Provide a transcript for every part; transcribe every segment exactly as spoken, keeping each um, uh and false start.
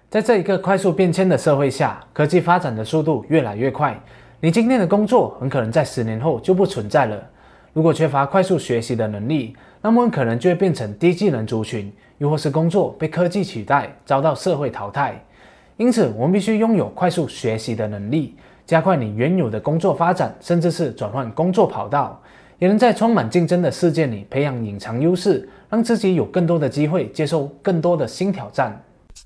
在这一个快速变迁的社会下，科技发展的速度越来越快，你今天的工作很可能在十年后就不存在了。如果缺乏快速学习的能力，那么很可能就会变成低技能族群，又或是工作被科技取代，遭到社会淘汰。因此，我们必须拥有快速学习的能力，加快你原有的工作发展，甚至是转换工作跑道，也能在充满竞争的世界里培养隐藏优势，让自己有更多的机会接受更多的新挑战。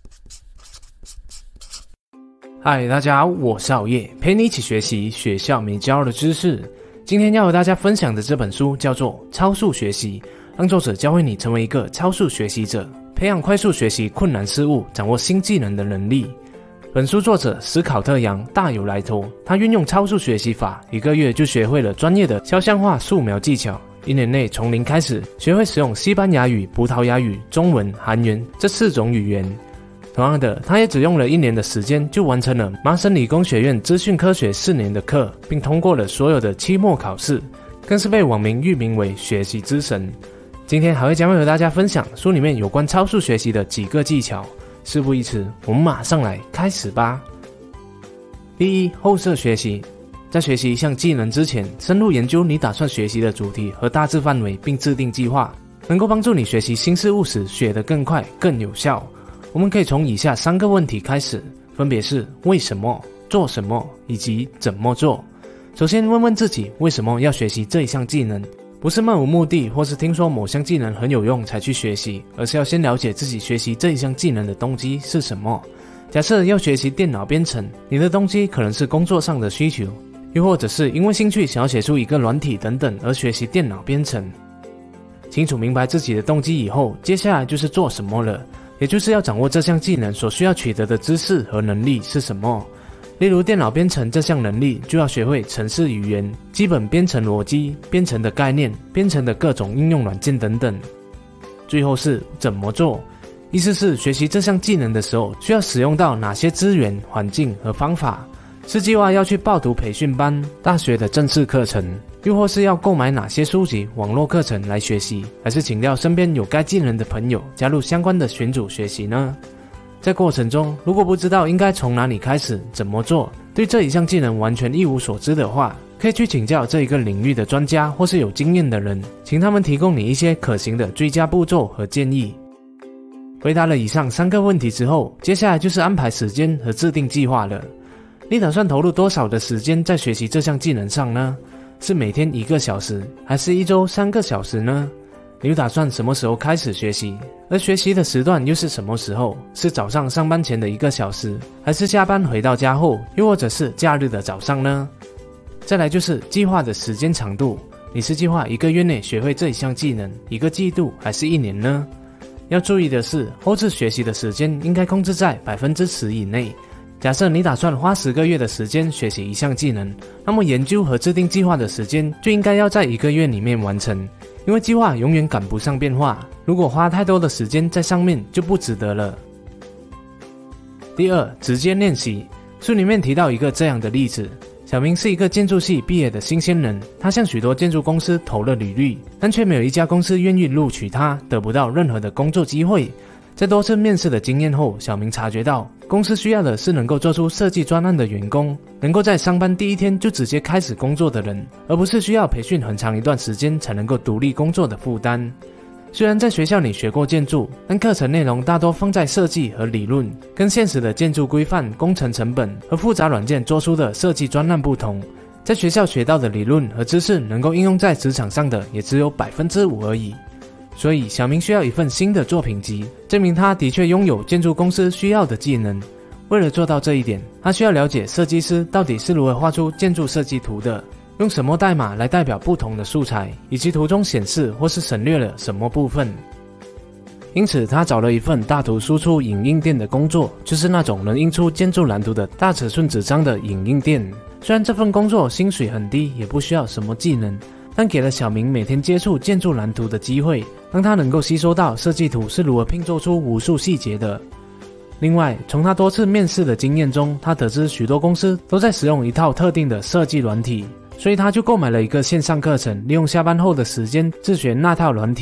嗨，大家好，我是熬夜，陪你一起学习学校没教的知识。今天要和大家分享的这本书叫做《超速学习》，让作者教会你成为一个超速学习者，培养快速学习困难事物、掌握新技能的能力。本书作者史考特·杨大有来头，他运用超速学习法，一个月就学会了专业的肖像画素描技巧，一年内从零开始学会使用西班牙语、葡萄牙语、中文、韩文这四种语言。同样的，他也只用了一年的时间就完成了麻省理工学院资讯科学四年的课，并通过了所有的期末考试，更是被网民誉名为学习之神。今天还会将会和大家分享书里面有关超速学习的几个技巧。事不宜迟，我们马上来开始吧。第一，后设学习。在学习一项技能之前，深入研究你打算学习的主题和大致范围，并制定计划，能够帮助你学习新事物时学得更快、更有效。我们可以从以下三个问题开始，分别是为什么、做什么以及怎么做。首先问问自己为什么要学习这一项技能，不是漫无目的或是听说某项技能很有用才去学习，而是要先了解自己学习这一项技能的动机是什么。假设要学习电脑编程，你的动机可能是工作上的需求，又或者是因为兴趣想要写出一个软体等等而学习电脑编程。清楚明白自己的动机以后，接下来就是做什么了，也就是要掌握这项技能所需要取得的知识和能力是什么。例如电脑编程这项能力，就要学会程式语言、基本编程逻辑、编程的概念、编程的各种应用软件等等。最后是怎么做，意思是学习这项技能的时候需要使用到哪些资源、环境和方法，是计划要去报读培训班、大学的正式课程，又或是要购买哪些书籍、网络课程来学习，还是请教身边有该技能的朋友加入相关的群组学习呢？在过程中，如果不知道应该从哪里开始、怎么做，对这一项技能完全一无所知的话，可以去请教这一个领域的专家或是有经验的人，请他们提供你一些可行的追加步骤和建议。回答了以上三个问题之后，接下来就是安排时间和制定计划了。你打算投入多少的时间在学习这项技能上呢？是每天一个小时，还是一周三个小时呢？你又打算什么时候开始学习？而学习的时段又是什么时候？是早上上班前的一个小时，还是下班回到家后，又或者是假日的早上呢？再来就是计划的时间长度，你是计划一个月内学会这一项技能，一个季度还是一年呢？要注意的是，后置学习的时间应该控制在 百分之十 以内。假设你打算花十个月的时间学习一项技能，那么研究和制定计划的时间就应该要在一个月里面完成，因为计划永远赶不上变化，如果花太多的时间在上面就不值得了。第二，直接练习。书里面提到一个这样的例子，小明是一个建筑系毕业的新鲜人，他向许多建筑公司投了履历，但却没有一家公司愿意录取他，得不到任何的工作机会。在多次面试的经验后，小明察觉到公司需要的是能够做出设计专案的员工，能够在上班第一天就直接开始工作的人，而不是需要培训很长一段时间才能够独立工作的负担。虽然在学校里学过建筑，但课程内容大多放在设计和理论，跟现实的建筑规范、工程成本和复杂软件做出的设计专案不同，在学校学到的理论和知识能够应用在职场上的也只有 百分之五 而已。所以小明需要一份新的作品集，证明他的确拥有建筑公司需要的技能。为了做到这一点，他需要了解设计师到底是如何画出建筑设计图的，用什么代码来代表不同的素材，以及图中显示或是省略了什么部分。因此他找了一份大图输出影印店的工作，就是那种能印出建筑蓝图的大尺寸纸张的影印店。虽然这份工作薪水很低，也不需要什么技能，但给了小明每天接触建筑蓝图的机会，让他能够吸收到设计图是如何拼凑出无数细节的。另外，从他多次面试的经验中，他得知许多公司都在使用一套特定的设计软体，所以他就购买了一个线上课程，利用下班后的时间自学那套软体。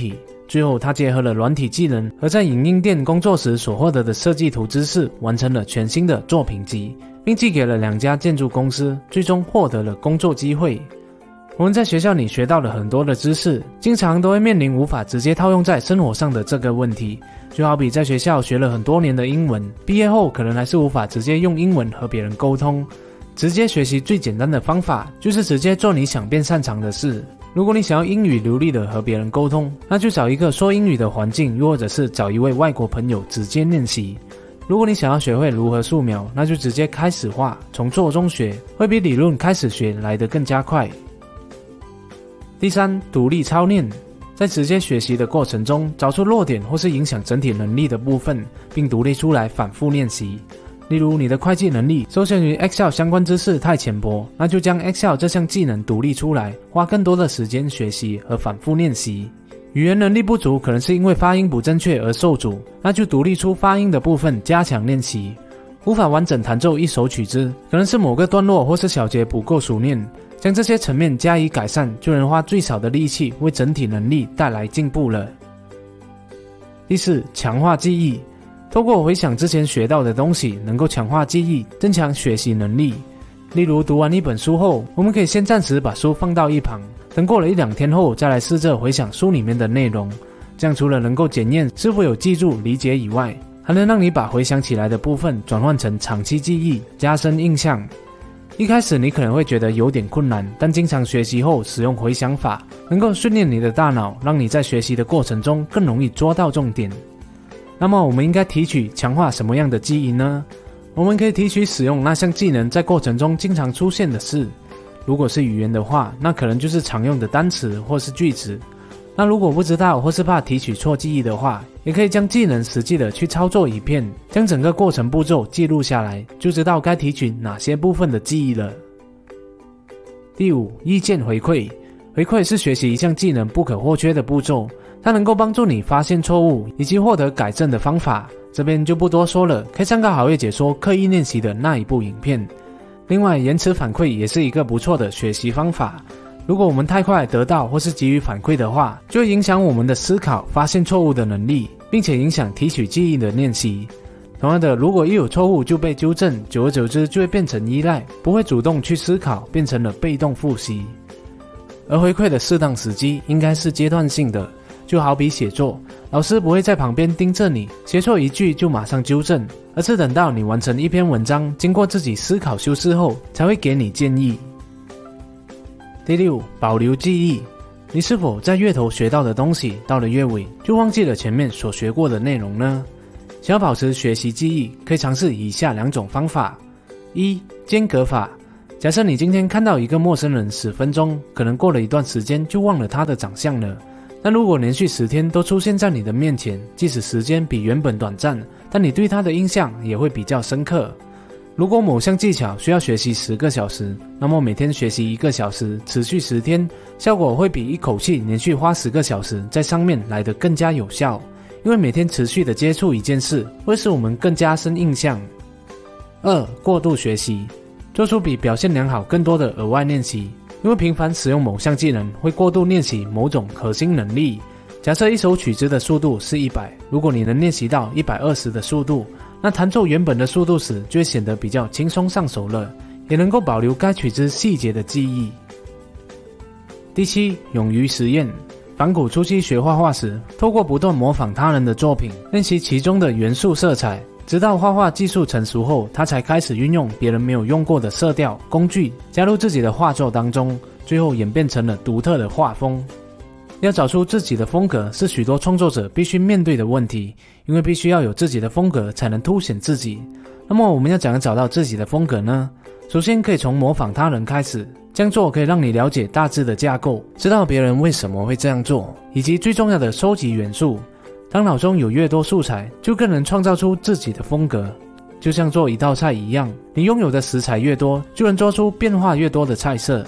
最后他结合了软体技能和在影印店工作时所获得的设计图知识，完成了全新的作品集，并寄给了两家建筑公司，最终获得了工作机会。我们在学校里学到了很多的知识，经常都会面临无法直接套用在生活上的这个问题。就好比在学校学了很多年的英文，毕业后可能还是无法直接用英文和别人沟通。直接学习最简单的方法就是直接做你想变擅长的事。如果你想要英语流利的和别人沟通，那就找一个说英语的环境，又或者是找一位外国朋友直接练习。如果你想要学会如何素描，那就直接开始画，从做中学，会比理论开始学来得更加快。第三，独立操练。在直接学习的过程中，找出弱点或是影响整体能力的部分，并独立出来反复练习。例如，你的会计能力受限于 Excel 相关知识太浅薄，那就将 Excel 这项技能独立出来，花更多的时间学习和反复练习。语言能力不足，可能是因为发音不正确而受阻，那就独立出发音的部分加强练习。无法完整弹奏一首曲子，可能是某个段落或是小节不够熟练，将这些层面加以改善，就能花最少的力气为整体能力带来进步了。第四，强化记忆。透过回想之前学到的东西，能够强化记忆，增强学习能力。例如，读完一本书后，我们可以先暂时把书放到一旁，等过了一两天后，再来试着回想书里面的内容。这样除了能够检验是否有记住理解以外，还能让你把回想起来的部分转换成长期记忆，加深印象。一开始你可能会觉得有点困难，但经常学习后使用回想法，能够训练你的大脑，让你在学习的过程中更容易捉到重点。那么我们应该提取强化什么样的记忆呢？我们可以提取使用那项技能在过程中经常出现的事。如果是语言的话，那可能就是常用的单词或是句子。那如果不知道或是怕提取错记忆的话，也可以将技能实际的去操作一遍，将整个过程步骤记录下来，就知道该提取哪些部分的记忆了。第五，意见回馈。回馈是学习一项技能不可或缺的步骤，它能够帮助你发现错误以及获得改正的方法。这边就不多说了，可以参考好业解说刻意练习的那一部影片。另外，延迟反馈也是一个不错的学习方法。如果我们太快得到或是急于反馈的话，就会影响我们的思考、发现错误的能力，并且影响提取记忆的练习。同样的，如果一有错误就被纠正，久而久之就会变成依赖，不会主动去思考，变成了被动复习。而回馈的适当时机应该是阶段性的，就好比写作，老师不会在旁边盯着你，写错一句就马上纠正，而是等到你完成一篇文章，经过自己思考修饰后，才会给你建议。第六，保留记忆。你是否在月头学到的东西，到了月尾就忘记了前面所学过的内容呢？想要保持学习记忆，可以尝试以下两种方法。一、间隔法。假设你今天看到一个陌生人十分钟，可能过了一段时间就忘了他的长相了。但如果连续十天都出现在你的面前，即使时间比原本短暂，但你对他的印象也会比较深刻。如果某项技巧需要学习十个小时，那么每天学习一个小时，持续十天，效果会比一口气连续花十个小时在上面来得更加有效。因为每天持续的接触一件事，会使我们更加深印象。二、过度学习。做出比表现良好更多的额外练习，因为频繁使用某项技能会过度练习某种核心能力。假设一首曲子的速度是一百，如果你能练习到一百二十的速度，那弹奏原本的速度时就会显得比较轻松上手了，也能够保留该曲子细节的记忆。第七，勇于实验。梵谷初期学画画时，透过不断模仿他人的作品，练习其中的元素色彩，直到画画技术成熟后，他才开始运用别人没有用过的色调、工具，加入自己的画作当中，最后演变成了独特的画风。要找出自己的风格是许多创作者必须面对的问题，因为必须要有自己的风格才能凸显自己。那么我们要怎样找到自己的风格呢？首先可以从模仿他人开始，这样做可以让你了解大致的架构，知道别人为什么会这样做，以及最重要的收集元素。当脑中有越多素材，就更能创造出自己的风格。就像做一道菜一样，你拥有的食材越多，就能做出变化越多的菜色。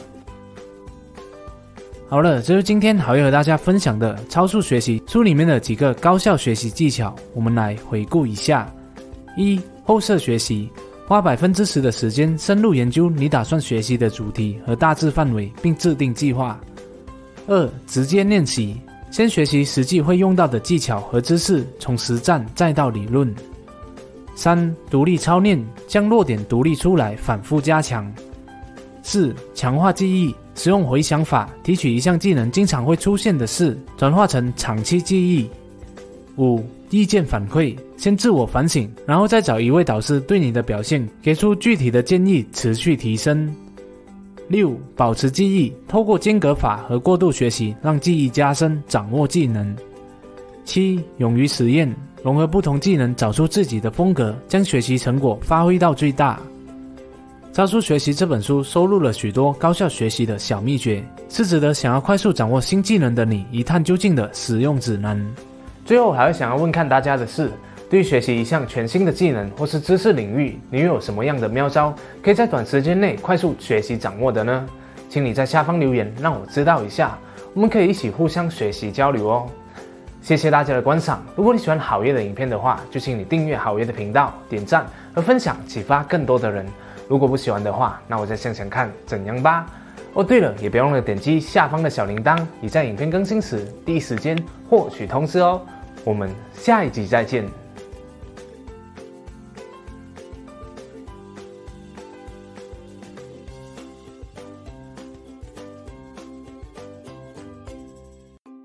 好了，这就是今天好业和大家分享的超速学习书里面的几个高效学习技巧，我们来回顾一下。一、后设学习，花百分之十的时间深入研究你打算学习的主题和大致范围，并制定计划。二、直接练习， 先学习实际会用到的技巧和知识，从实战再到理论。三、独立操练，将弱点独立出来，反复加强。四、强化记忆，使用回想法，提取一项技能经常会出现的事，转化成长期记忆。五、意见反馈，先自我反省，然后再找一位导师对你的表现给出具体的建议，持续提升。六、保持记忆，透过间隔法和过度学习，让记忆加深，掌握技能。七、勇于实验，融合不同技能，找出自己的风格，将学习成果发挥到最大。超速学习这本书收录了许多高效学习的小秘诀，是值得想要快速掌握新技能的你一探究竟的实用指南。最后还会想要问看大家的是，对于学习一项全新的技能或是知识领域，你又有什么样的妙招，可以在短时间内快速学习掌握的呢？请你在下方留言，让我知道一下，我们可以一起互相学习交流哦。谢谢大家的观赏，如果你喜欢好业的影片的话，就请你订阅好业的频道，点赞和分享，启发更多的人。如果不喜欢的话，那我再想想看怎样吧。哦，对了，也别忘了点击下方的小铃铛，以在影片更新时第一时间获取通知哦。我们下一集再见。